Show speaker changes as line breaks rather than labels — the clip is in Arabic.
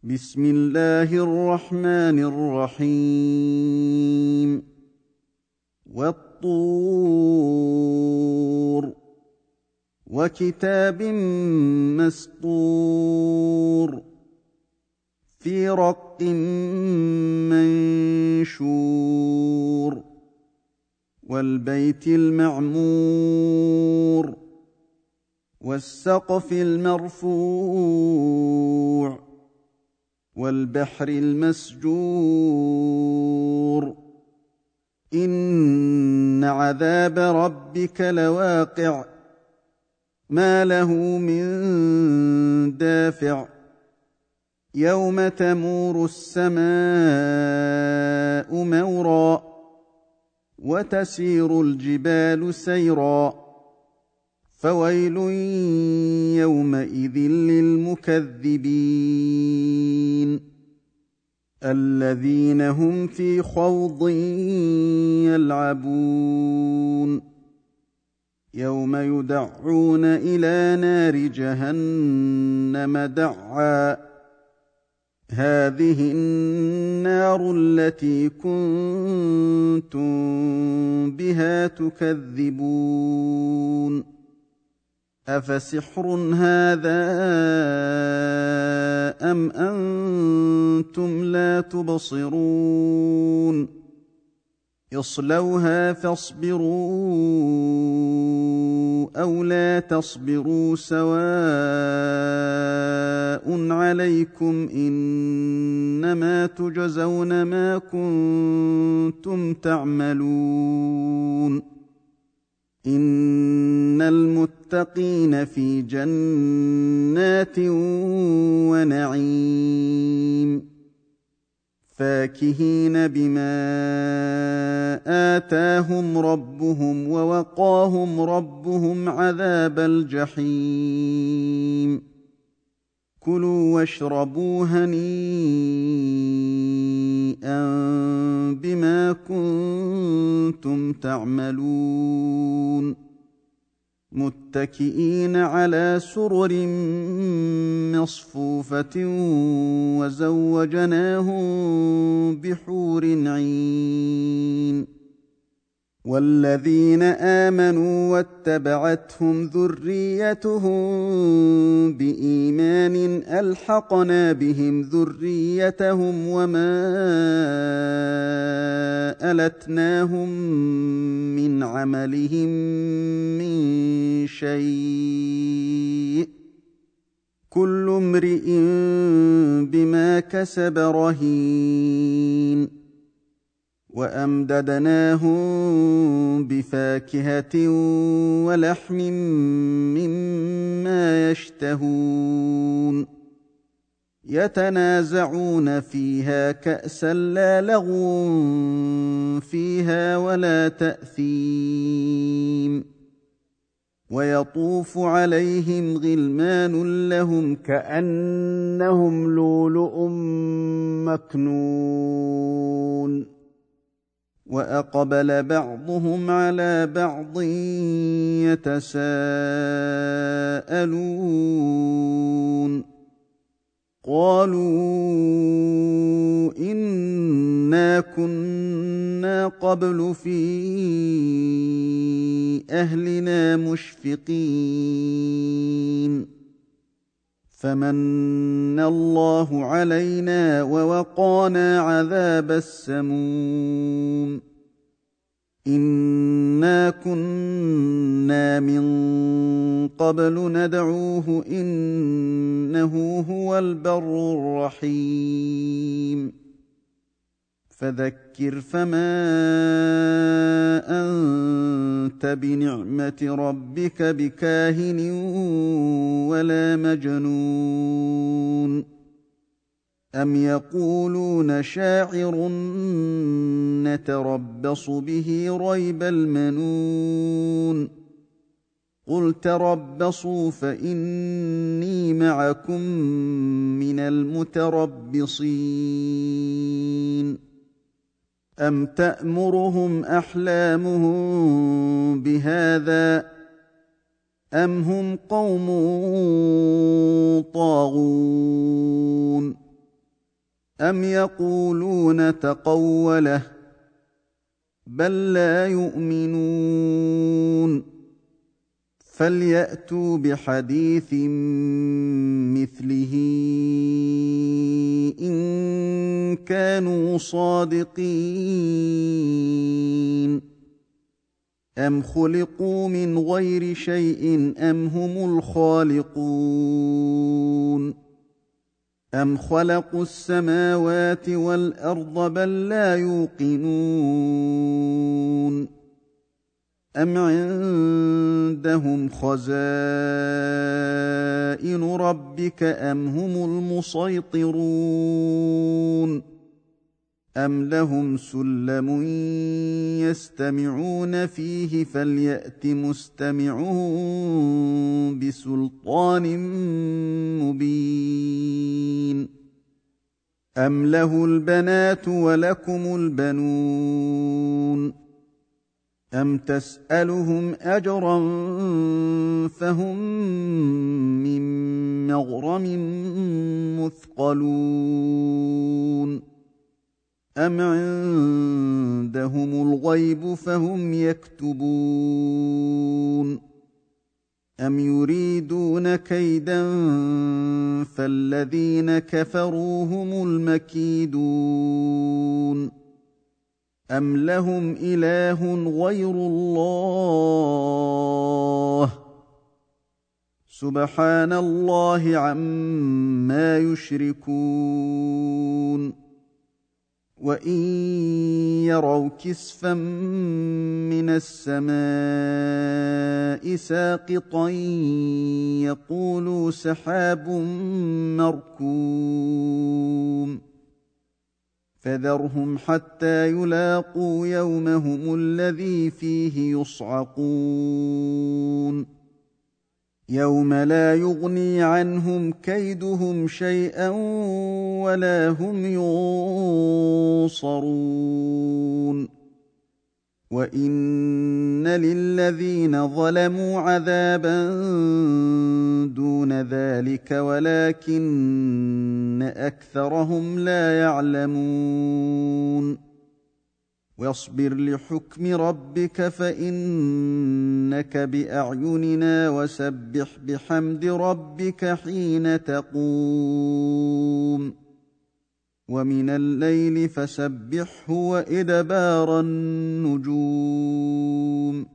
بسم الله الرحمن الرحيم. والطور وكتاب مسطور في رق منشور والبيت المعمور والسقف المرفوع والبحر المسجور إن عذاب ربك لواقع ما له من دافع يوم تمور السماء مورا وتسير الجبال سيرا فويل يومئذ للمكذبين الذين هم في خوض يلعبون يوم يدعون إلى نار جهنم دعا هذه النار التي كنتم بها تكذبون أفسحر هذا أم أنتم لا تبصرون اصلوها فاصبروا أو لا تصبروا سواء عليكم إنما تجزون ما كنتم تعملون إن المتقين في جنات ونعيم فاكهين بما آتاهم ربهم ووقاهم ربهم عذاب الجحيم كلوا واشربوا هنيئا بما كنتم تعملون متكئين على سرر مصفوفة وزوجناهم بحور عين والذين آمنوا واتبعتهم ذريتهم بإيمان ألحقنا بهم ذريتهم وما ألتناهم من عملهم من شيء كل امرئ بما كسب رهين وأمددناهم بفاكهة ولحم مما يشتهون يتنازعون فيها كأسا لا لغو فيها ولا تأثيم ويطوف عليهم غلمان لهم كأنهم لؤلؤ مكنون وأقبل بعضهم على بعض يتساءلون قالوا إنا كنا قبل في أهلنا مشفقين فمن الله علينا ووقانا عذاب السموم إنا كنا من قبل ندعوه إنه هو البر الرحيم فذكر فما أنت بنعمة ربك بكاهن ولا مجنون أم يقولون شاعر نتربص به ريب المنون قل تربصوا فإني معكم من المتربصين أم تأمرهم أحلامهم بهذا أم هم قوم طاغون أم يقولون تقوله بل لا يؤمنون فليأتوا بحديث مثله إن كانوا صادقين أم خلقوا من غير شيء أم هم الخالقون أم خلقوا السماوات والأرض بل لا يوقنون أم عندهم خزائن ربك أم هم المسيطرون أم لهم سلم يستمعون فيه فليأت مستمعهم بسلطان مبين أم له البنات ولكم البنون أم تسألهم أجرا فهم من مغرم مثقلون أم عندهم الغيب فهم يكتبون أم يريدون كيدا فالذين كفروا هم المكيدون أم لهم إله غير الله سبحان الله عما يشركون وإن يروا كسفا من السماء ساقطا يقولوا سحاب مركوم فذرهم حتى يلاقوا يومهم الذي فيه يصعقون يوم لا يغني عنهم كيدهم شيئا ولا هم ينصرون وإن للذين ظلموا عذابا دون ذلك ولكن أكثرهم لا يعلمون واصبر لحكم ربك فإنك بأعيننا وسبح بحمد ربك حين تقوم ومن الليل فسبحه وإدبار النجوم